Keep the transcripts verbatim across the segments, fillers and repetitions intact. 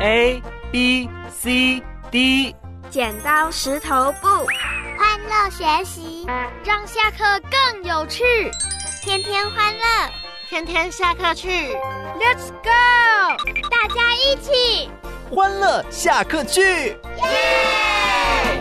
A B C D， 剪刀石头布， 欢乐学习， 让下课更有趣， 天天欢乐， 天天下课去 Let's go， 大家一起欢乐下课去， 耶！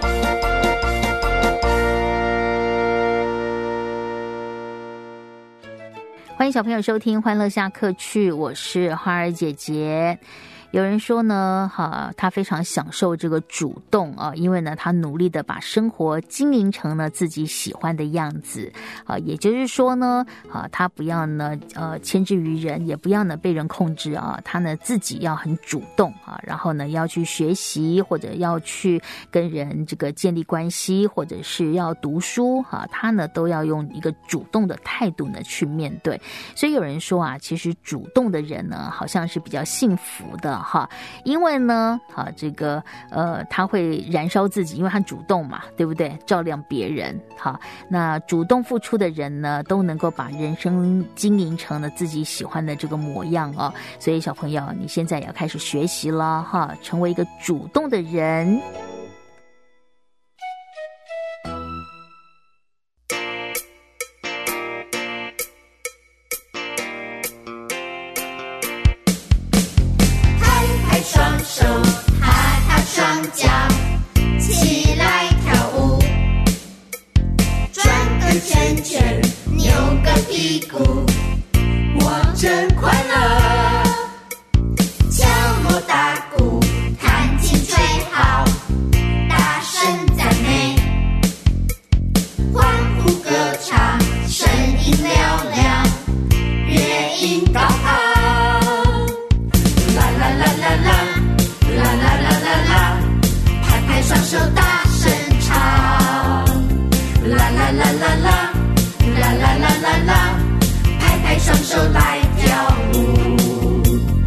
欢迎小朋友收听欢乐下课去，我是花儿姐姐。有人说呢，哈，他非常享受这个主动啊，因为呢，他努力的把生活经营成了自己喜欢的样子啊，也就是说呢，啊，他不要呢，呃，牵制于人，也不要呢被人控制啊，他呢自己要很主动啊，然后呢要去学习，或者要去跟人这个建立关系，或者是要读书啊，他呢都要用一个主动的态度呢去面对。所以有人说啊，其实主动的人呢，好像是比较幸福的。哈，因为呢，啊，这个呃，他会燃烧自己，因为他主动嘛，对不对？照亮别人，好，那主动付出的人呢，都能够把人生经营成了自己喜欢的这个模样哦。所以小朋友，你现在也要开始学习了哈，成为一个主动的人。 双手，踏踏双脚，起来跳舞，转个圈圈，扭个屁股，我真快乐。敲锣打鼓，弹琴吹号，大声赞美，欢呼歌唱，声音嘹亮，乐音高亢。双手大声唱，啦啦啦啦啦，啦啦啦啦啦，拍拍双手来跳舞。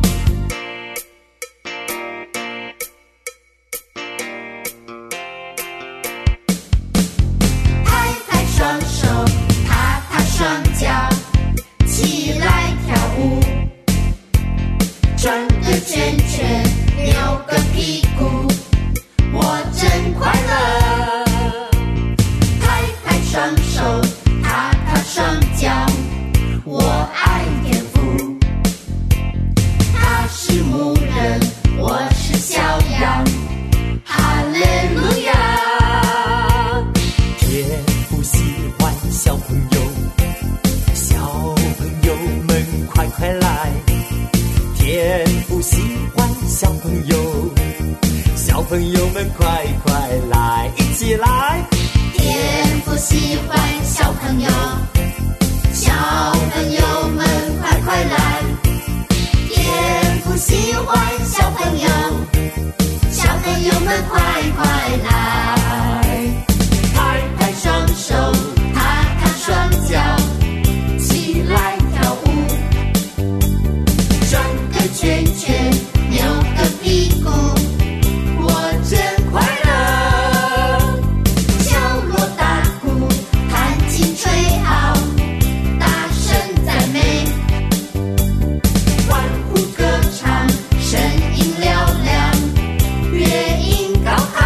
拍拍双手，踏踏双脚，起来跳舞，转个圈圈，扭个屁股。我真快乐，拍拍双手，踏踏双脚，我爱天父，他是牧人，我是小羊，哈利路亚。 天父喜欢小朋友，小朋友们快快来，天父喜欢小朋友，小朋友们快快来，一起来！ 天父喜欢小朋友，小朋友们快快来！天父喜欢小朋友，小朋友们快快来！拍拍双手，踏踏双脚，起来跳舞，转个圈圈，扭个屁股。真快乐，敲锣打鼓，弹琴吹号，大声赞美，欢呼歌唱，声音嘹亮，乐音高亢。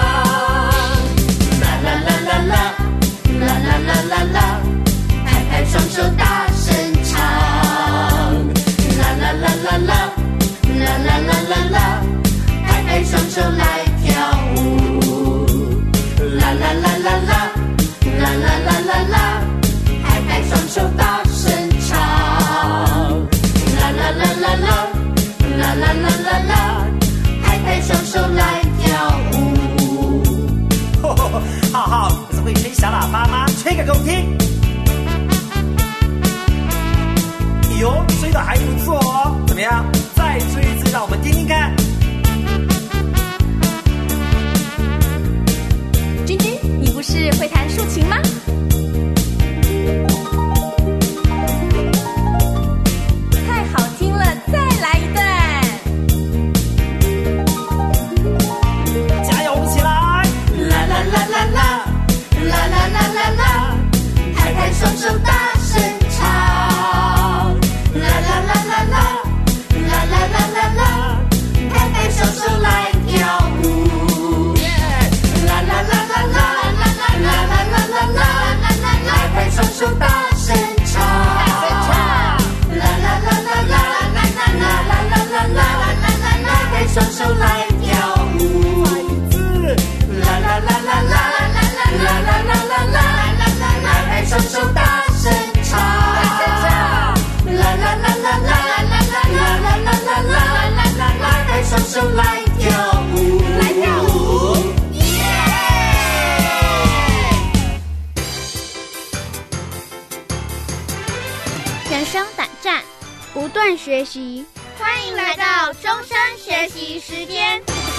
啦啦啦啦啦，啦啦啦啦啦，拍拍双手大声唱。啦啦啦啦啦，啦啦啦啦啦，拍拍双手来。啦啦啦啦啦，啦啦啦啦啦，拍拍双手大声唱。啦啦啦啦啦，啦啦啦啦啦，拍拍双手来跳舞。 浩浩，你不是会吹小喇叭吗？吹个给我听。哎呦，吹得还不错哦，怎么样？再吹一次，让我们听听看。 君君，你不是会弹竖琴吗？太好听了，再来一段。 加油，我们起来！ 啦啦啦啦啦，啦啦啦啦啦，拍拍双手大声唱。啦啦啦啦啦，啦学习，欢迎来到终身学习时间。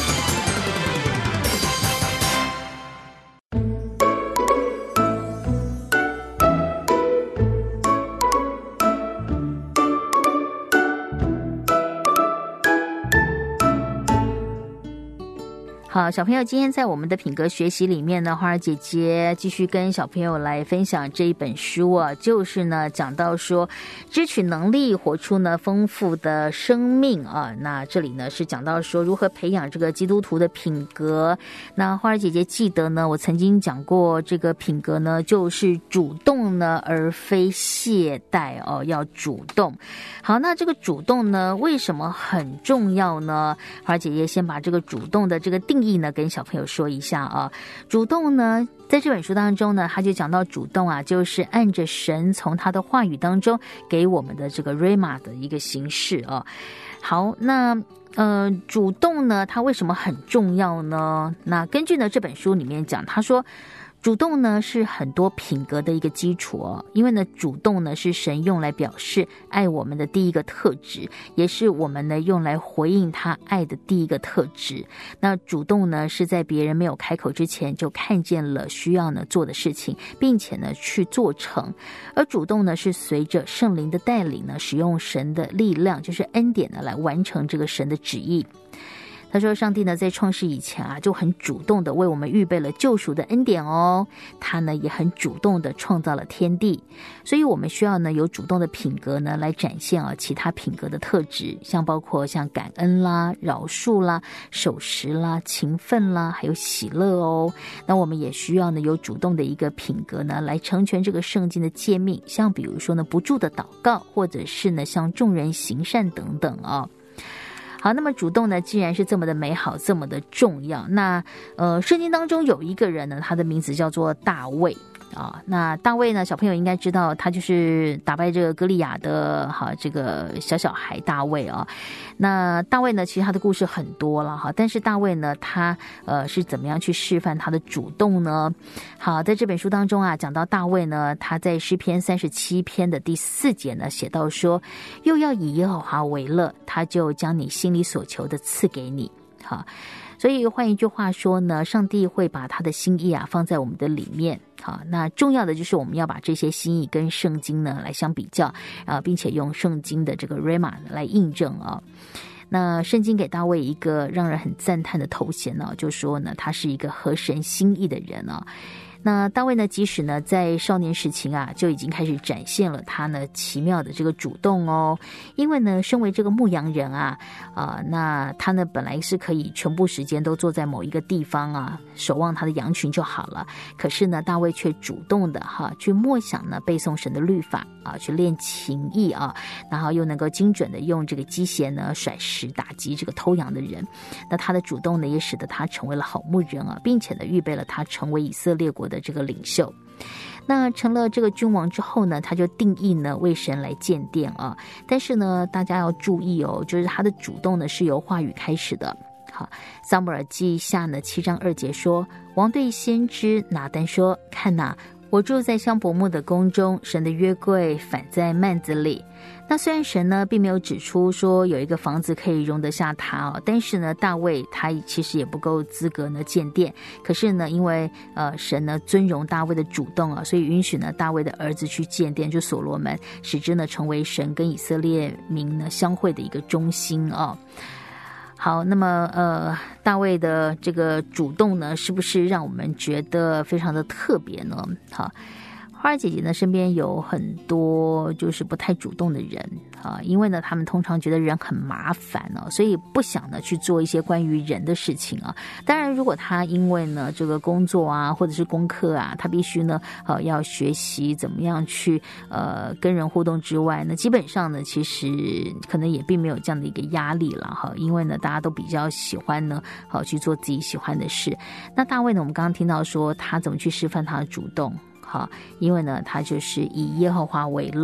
好，小朋友，今天在我们的品格学习里面呢，花儿姐姐继续跟小朋友来分享这一本书啊，就是呢讲到说支取能力，活出呢丰富的生命啊。那这里呢是讲到说如何培养这个基督徒的品格。那花儿姐姐记得呢，我曾经讲过这个品格呢，就是主动呢而非懈怠哦，要主动。好，那这个主动呢，为什么很重要呢？花儿姐姐先把这个主动的这个定义呢跟小朋友说一下啊。主动呢在这本书当中呢，他就讲到主动啊，就是按着神从他的话语当中给我们的这个 Rhema 的一个形式啊。好，那呃，主动呢它为什么很重要呢？那根据呢这本书里面讲，他说主动呢是很多品格的一个基础哦，因为呢主动呢是神用来表示爱我们的第一个特质，也是我们呢用来回应他爱的第一个特质。那主动呢是在别人没有开口之前就看见了需要呢做的事情，并且呢去做成。而主动呢是随着圣灵的带领呢，使用神的力量，就是恩典呢来完成这个神的旨意。他说上帝呢在创世以前啊，就很主动的为我们预备了救赎的恩典哦，他呢也很主动的创造了天地。所以我们需要呢有主动的品格呢来展现啊其他品格的特质，像包括像感恩啦、饶恕啦、守时啦、勤奋啦，还有喜乐哦。那我们也需要呢有主动的一个品格呢来成全这个圣经的诫命，像比如说呢不住的祷告，或者是呢向众人行善等等哦。好，那么主动呢既然是这么的美好，这么的重要，那呃圣经当中有一个人呢，他的名字叫做大卫啊。那大卫呢，小朋友应该知道，他就是打败这个歌利亚的哈这个小小孩大卫啊。那大卫呢，其实他的故事很多了哈，但是大卫呢，他呃是怎么样去示范他的主动呢？好，在这本书当中啊，讲到大卫呢，他在诗篇三十七篇的第四节呢，写到说，又要以耶和华为乐，他就将你心里所求的赐给你。好，所以换一句话说呢，上帝会把他的心意啊放在我们的里面。好，那重要的就是我们要把这些心意跟圣经呢来相比较啊，并且用圣经的这个 Rhema 来印证啊。那圣经给大卫一个让人很赞叹的头衔呢，就说呢他是一个合神心意的人啊。那大卫呢，即使呢在少年时期啊，就已经开始展现了他呢奇妙的这个主动哦。因为呢，身为这个牧羊人啊，啊、呃，那他呢本来是可以全部时间都坐在某一个地方啊，守望他的羊群就好了。可是呢，大卫却主动的哈去默想呢背诵神的律法啊，去练琴艺啊，然后又能够精准的用这个机弦呢甩石打击这个偷羊的人。那他的主动呢，也使得他成为了好牧人啊，并且呢预备了他成为以色列国的的这个领袖。那成了这个君王之后呢，他就定义呢为神来建殿啊。但是呢，大家要注意哦，就是他的主动呢是由话语开始的。好，撒母耳记下呢七章二节说，王对先知拿单说，看哪，我住在香柏木的宫中，神的约柜反在幔子里。那虽然神呢并没有指出说有一个房子可以容得下他哦，但是呢大卫他其实也不够资格呢建殿。可是呢因为呃神呢尊荣大卫的主动啊，所以允许呢大卫的儿子去建殿，就所罗门，使之呢成为神跟以色列民呢相会的一个中心啊。好，那么呃，大卫的这个主动呢，是不是让我们觉得非常的特别呢？好，花儿姐姐呢身边有很多就是不太主动的人啊，因为呢他们通常觉得人很麻烦哦，所以不想呢去做一些关于人的事情啊。当然，如果他因为呢这个工作啊或者是功课啊，他必须呢呃要学习怎么样去呃跟人互动之外，那基本上呢其实可能也并没有这样的一个压力了哈，因为呢大家都比较喜欢呢好去做自己喜欢的事。那大卫呢，我们刚刚听到说他怎么去示范他的主动。好，因为呢他就是以耶和华为乐。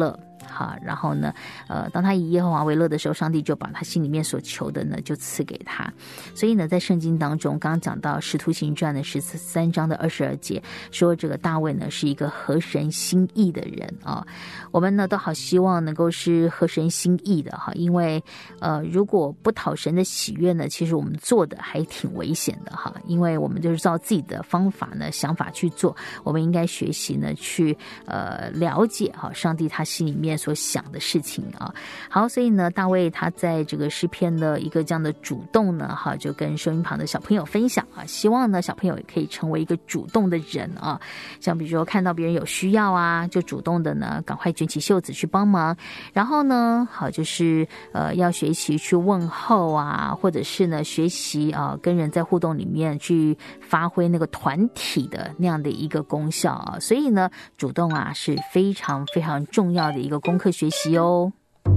哈，然后呢，呃，当他以耶和华为乐的时候，上帝就把他心里面所求的呢，就赐给他。所以呢，在圣经当中，刚刚讲到《使徒行传》的十三章的二十二节，说这个大卫呢是一个合神心意的人啊。我们呢都好希望能够是合神心意的哈，因为呃，如果不讨神的喜悦呢，其实我们做的还挺危险的哈，因为我们就是照自己的方法呢、想法去做。我们应该学习呢，去呃了解哈上帝他心里面所想的事情啊。好，所以呢，大卫他在这个诗篇的一个这样的主动呢，哈，就跟收音旁的小朋友分享啊，希望呢小朋友也可以成为一个主动的人啊。像比如说看到别人有需要啊，就主动的呢，赶快卷起袖子去帮忙。然后呢，好就是呃要学习去问候啊，或者是呢学习啊跟人在互动里面去发挥那个团体的那样的一个功效啊。所以呢，主动啊是非常非常重要的一个功课学习哦。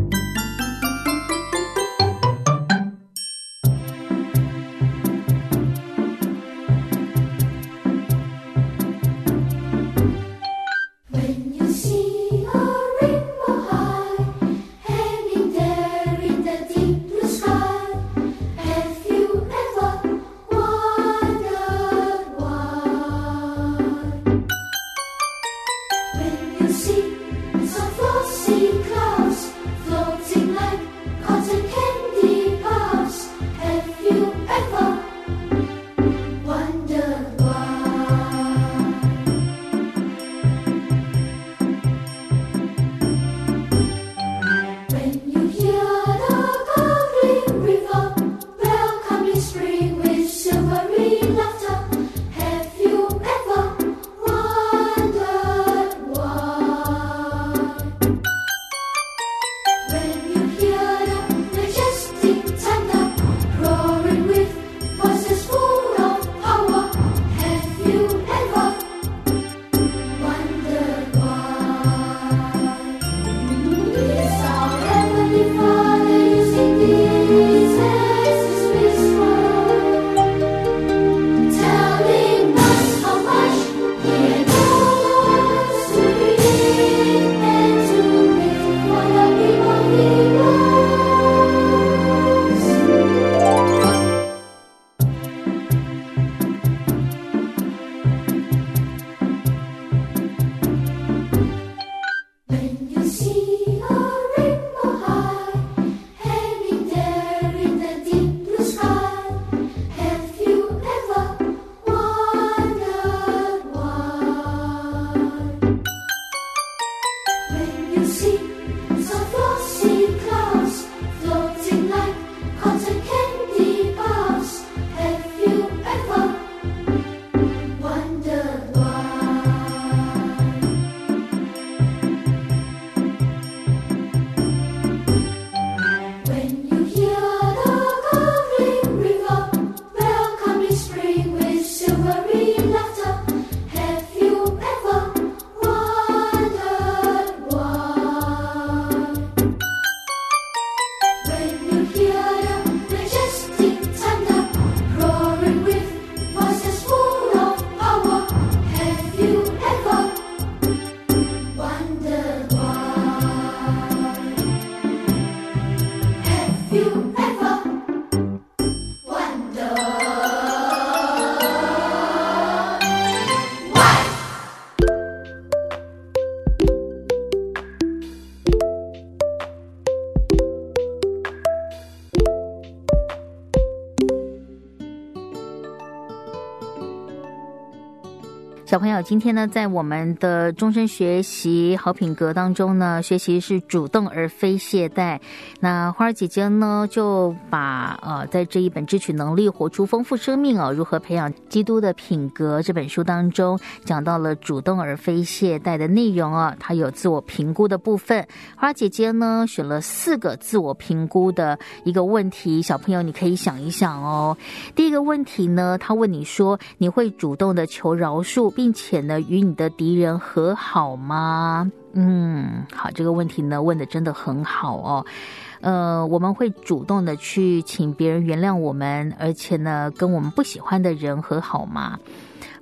小朋友，今天呢，在我们的终身学习好品格当中呢，学习是主动而非懈怠。那花儿姐姐呢，就把呃，在这一本《智取能力，活出丰富生命》哦，如何培养基督的品格这本书当中，讲到了主动而非懈怠的内容哦。它有自我评估的部分。花儿姐姐呢，选了四个自我评估的一个问题，小朋友你可以想一想哦。第一个问题呢，他问你说，你会主动的求饶恕，并且呢，与你的敌人和好吗？嗯，好，这个问题呢问的真的很好哦。呃，我们会主动的去请别人原谅我们，而且呢，跟我们不喜欢的人和好吗？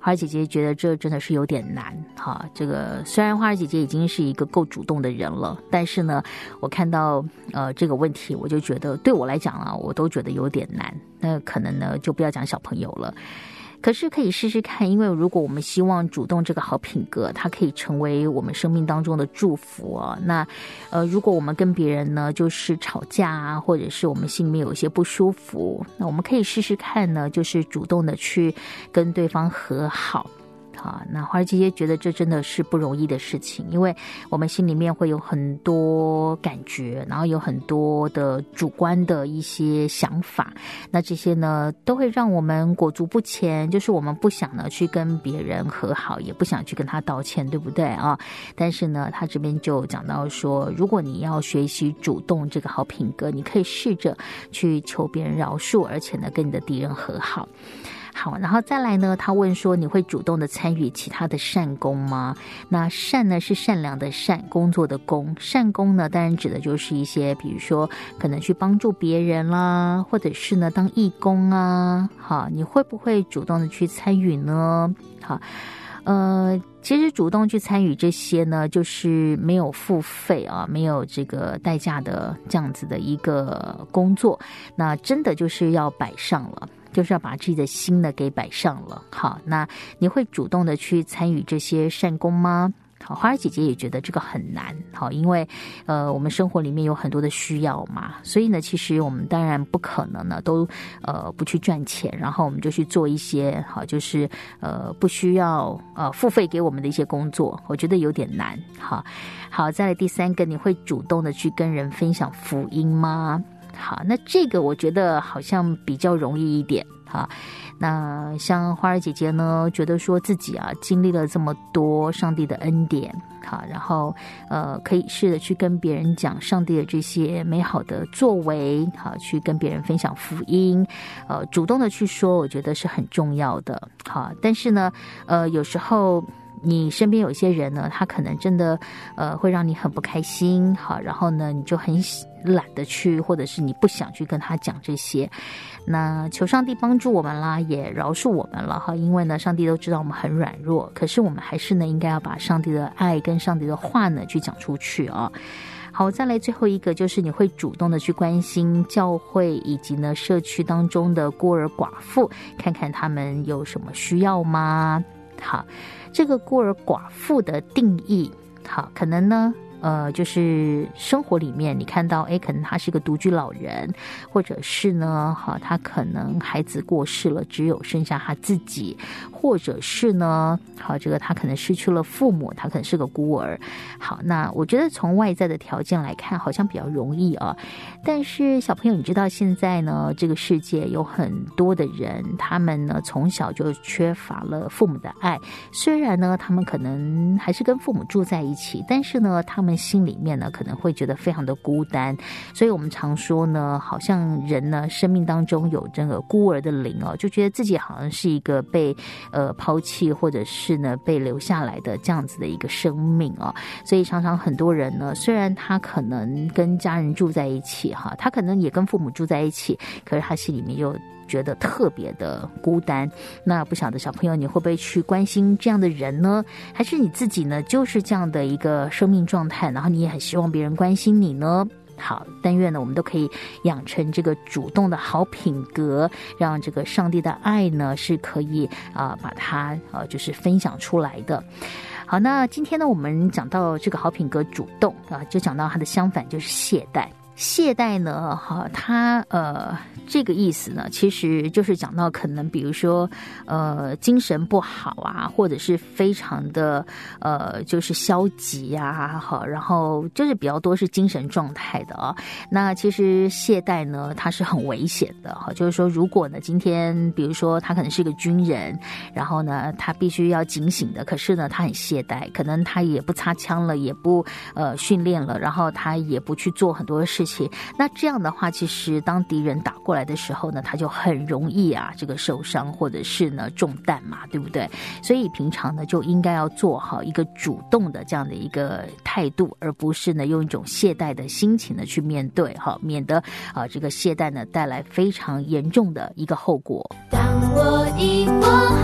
花儿姐姐觉得这真的是有点难哈。这个虽然花儿姐姐已经是一个够主动的人了，但是呢，我看到呃这个问题，我就觉得对我来讲啊，我都觉得有点难。那可能呢，就不要讲小朋友了。可是可以试试看，因为如果我们希望主动这个好品格，它可以成为我们生命当中的祝福哦。那呃，如果我们跟别人呢就是吵架啊，或者是我们心里面有一些不舒服，那我们可以试试看呢，就是主动的去跟对方和好。好，那花儿姐姐觉得这真的是不容易的事情，因为我们心里面会有很多感觉，然后有很多的主观的一些想法，那这些呢都会让我们裹足不前，就是我们不想呢去跟别人和好，也不想去跟他道歉，对不对啊？但是呢，他这边就讲到说，如果你要学习主动这个好品格，你可以试着去求别人饶恕，而且呢跟你的敌人和好。好，然后再来呢，他问说，你会主动的参与其他的善功吗？那善呢是善良的善，工作的工。善功呢当然指的就是一些比如说可能去帮助别人啦，或者是呢当义工啊。好，你会不会主动的去参与呢？好，呃其实主动去参与这些呢，就是没有付费啊，没有这个代价的这样子的一个工作，那真的就是要摆上了，就是要把自己的心呢给摆上了。好，那你会主动的去参与这些善功吗？好，花儿姐姐也觉得这个很难。好，因为呃我们生活里面有很多的需要嘛，所以呢其实我们当然不可能呢都呃不去赚钱，然后我们就去做一些好就是呃不需要呃付费给我们的一些工作，我觉得有点难。好，好，再来第三个，你会主动的去跟人分享福音吗？好，那这个我觉得好像比较容易一点。好，那像花儿姐姐呢，觉得说自己啊经历了这么多上帝的恩典，好，然后呃可以试着去跟别人讲上帝的这些美好的作为，好，去跟别人分享福音，呃主动的去说，我觉得是很重要的。好，但是呢呃有时候你身边有一些人呢，他可能真的呃会让你很不开心，好，然后呢你就很懒得去，或者是你不想去跟他讲这些，那求上帝帮助我们啦，也饶恕我们了哈，因为呢上帝都知道我们很软弱，可是我们还是呢应该要把上帝的爱跟上帝的话呢去讲出去啊。好，再来最后一个，就是你会主动的去关心教会以及呢社区当中的孤儿寡妇，看看他们有什么需要吗？好，这个孤儿寡妇的定义，好，可能呢呃，就是生活里面你看到，哎，可能他是个独居老人，或者是呢，哈，他可能孩子过世了，只有剩下他自己，或者是呢，好，这个他可能失去了父母，他可能是个孤儿。好，那我觉得从外在的条件来看，好像比较容易啊。但是小朋友，你知道现在呢，这个世界有很多的人，他们呢从小就缺乏了父母的爱，虽然呢他们可能还是跟父母住在一起，但是呢他们心里面呢可能会觉得非常的孤单，所以我们常说呢，好像人呢生命当中有这个孤儿的灵哦，就觉得自己好像是一个被呃抛弃或者是呢被留下来的这样子的一个生命哦，所以常常很多人呢，虽然他可能跟家人住在一起哈，他可能也跟父母住在一起，可是他心里面又觉得特别的孤单。那不晓得小朋友你会不会去关心这样的人呢？还是你自己呢就是这样的一个生命状态，然后你也很希望别人关心你呢？好，但愿呢我们都可以养成这个主动的好品格，让这个上帝的爱呢是可以啊、呃、把它呃就是分享出来的。好，那今天呢我们讲到这个好品格主动啊，就讲到它的相反就是懈怠。懈怠呢，哈，它呃这个意思呢，其实就是讲到可能比如说呃精神不好啊，或者是非常的呃就是消极啊，好，然后就是比较多是精神状态的啊。那其实懈怠呢，它是很危险的哈，就是说如果呢今天比如说他可能是个军人，然后呢他必须要警醒的，可是呢他很懈怠，可能他也不擦枪了，也不呃训练了，然后他也不去做很多事情。那这样的话，其实当敌人打过来的时候呢，他就很容易啊这个受伤，或者是呢中弹嘛，对不对？所以平常呢就应该要做好一个主动的这样的一个态度，而不是呢用一种懈怠的心情呢去面对哈，免得啊这个懈怠呢带来非常严重的一个后果。 当我一握好指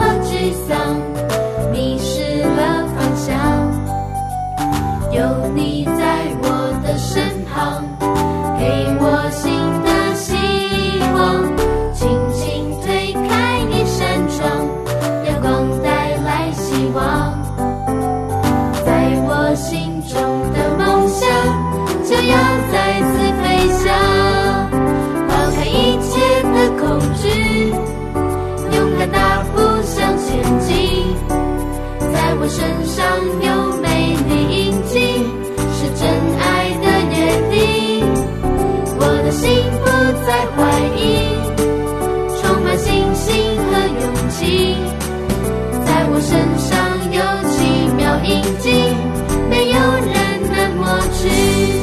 沮丧，迷失了方向。有你在我的身旁，给我新的希望，轻轻推开一扇窗，阳光带来希望。在我心中的梦想就要再次飞翔，抛开一切的恐惧，勇敢大步向前进。在我身上有美丽印记，是真爱的约定。我的心不再怀疑，充满信心和勇气。在我身上有奇妙印记，没有人能抹去。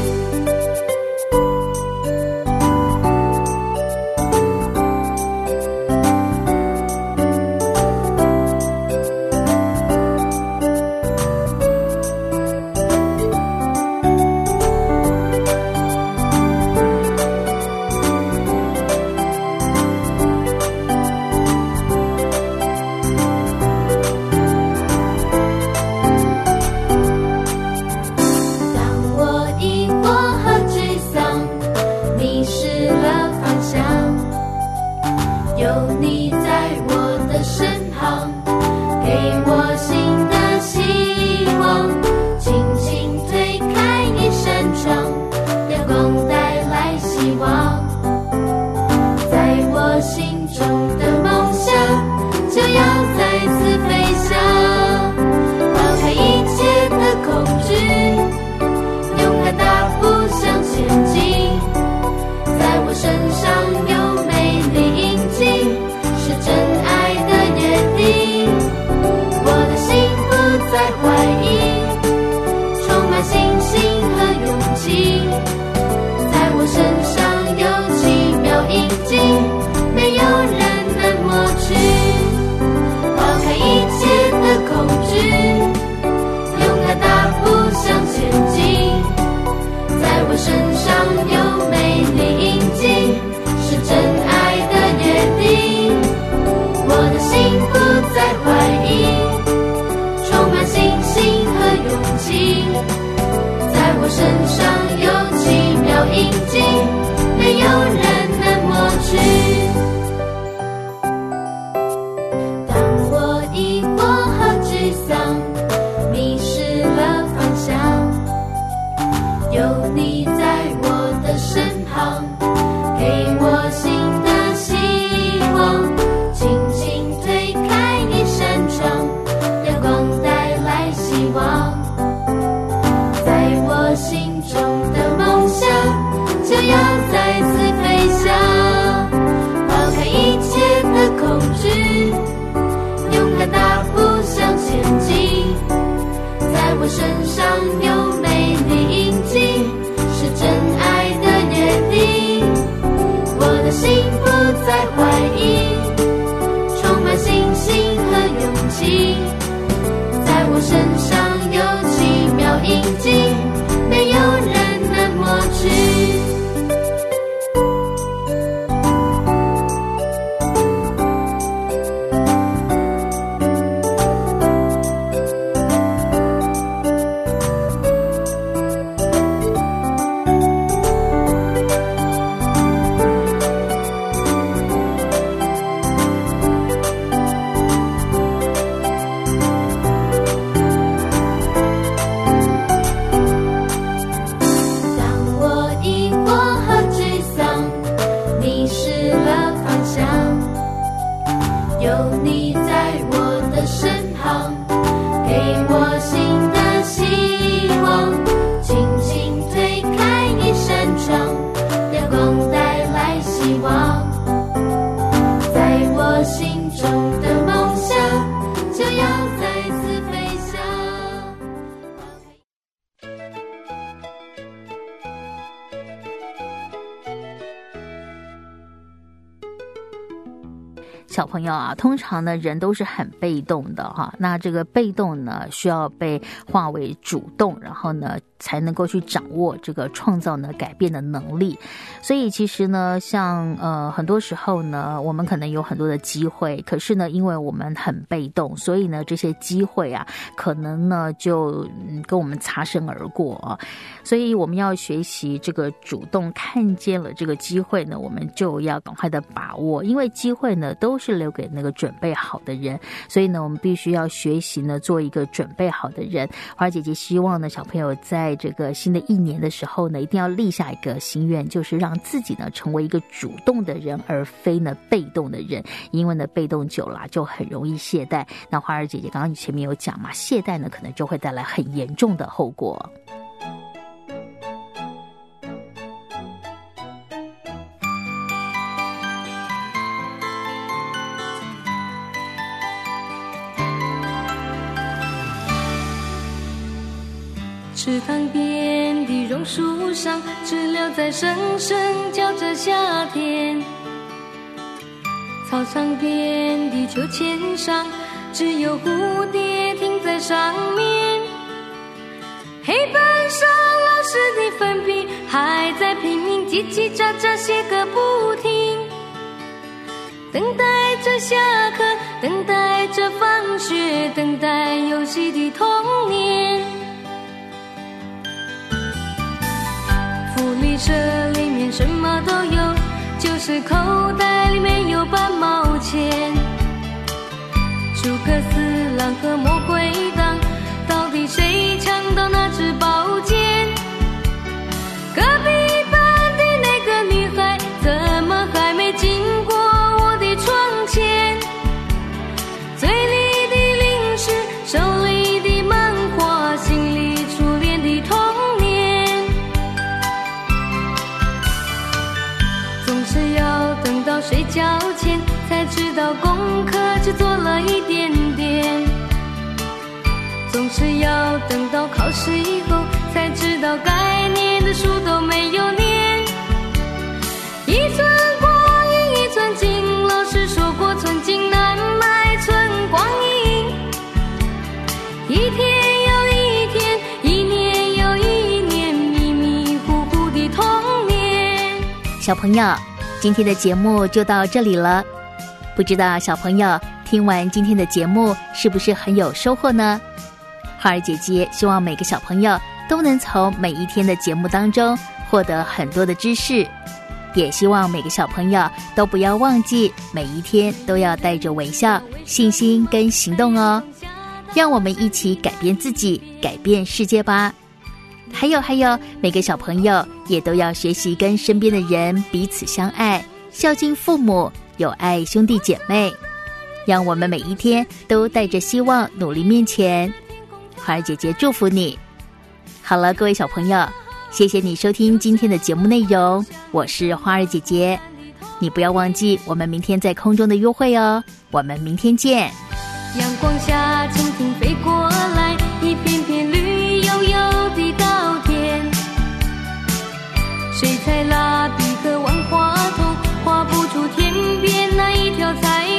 小朋友啊，通常呢人都是很被动的哈，那这个被动呢需要被化为主动，然后呢才能够去掌握这个创造呢改变的能力。所以其实呢像呃很多时候呢我们可能有很多的机会，可是呢因为我们很被动，所以呢这些机会啊可能呢就、嗯、跟我们擦身而过啊。所以我们要学习这个主动，看见了这个机会呢我们就要赶快的把握，因为机会呢都是留给那个准备好的人，所以呢我们必须要学习呢做一个准备好的人。花儿姐姐希望呢小朋友在这个新的一年的时候呢一定要立下一个心愿，就是让自己呢成为一个主动的人，而非呢被动的人。因为呢被动久了就很容易懈怠，那花儿姐姐刚刚前面有讲嘛，懈怠呢可能就会带来很严重的后果。 池塘边的榕树上，知了在声声叫着夏天。操场边的秋千上，只有蝴蝶停在上面。黑板上老师的粉笔还在拼命叽叽喳喳写个不停，等待着下课，等待着放学，等待游戏的童年。福利社里面什么都有，就是口袋里面有半毛钱。诸葛四郎和魔鬼党，到底谁抢到那支宝剑？隔壁班的那个女孩，怎么还没经过我的窗前？嘴里的零食，手里的漫画，心里初恋的童年。总是要等到睡觉前，才知道功课只做了一点点。总是要等到考试以后，才知道该念的书都没有念。一寸光阴一寸金，老师说过寸金难买寸光阴。一天又一天，一年又一年，迷迷糊糊的童年。 小朋友，今天的节目就到这里了，不知道小朋友听完今天的节目是不是很有收获呢？花儿姐姐希望每个小朋友都能从每一天的节目当中获得很多的知识，也希望每个小朋友都不要忘记每一天都要带着微笑、信心跟行动哦。让我们一起改变自己，改变世界吧。还有还有，每个小朋友也都要学习跟身边的人彼此相爱，孝敬父母，有爱兄弟姐妹。让我们每一天都带着希望努力面前。花儿姐姐祝福你。好了，各位小朋友，谢谢你收听今天的节目内容，我是花儿姐姐。你不要忘记我们明天在空中的约会哦，我们明天见。 阳光下蜻蜓飞过来，一片片绿油油的稻田。水彩蜡笔和万花筒画不出天边那一条彩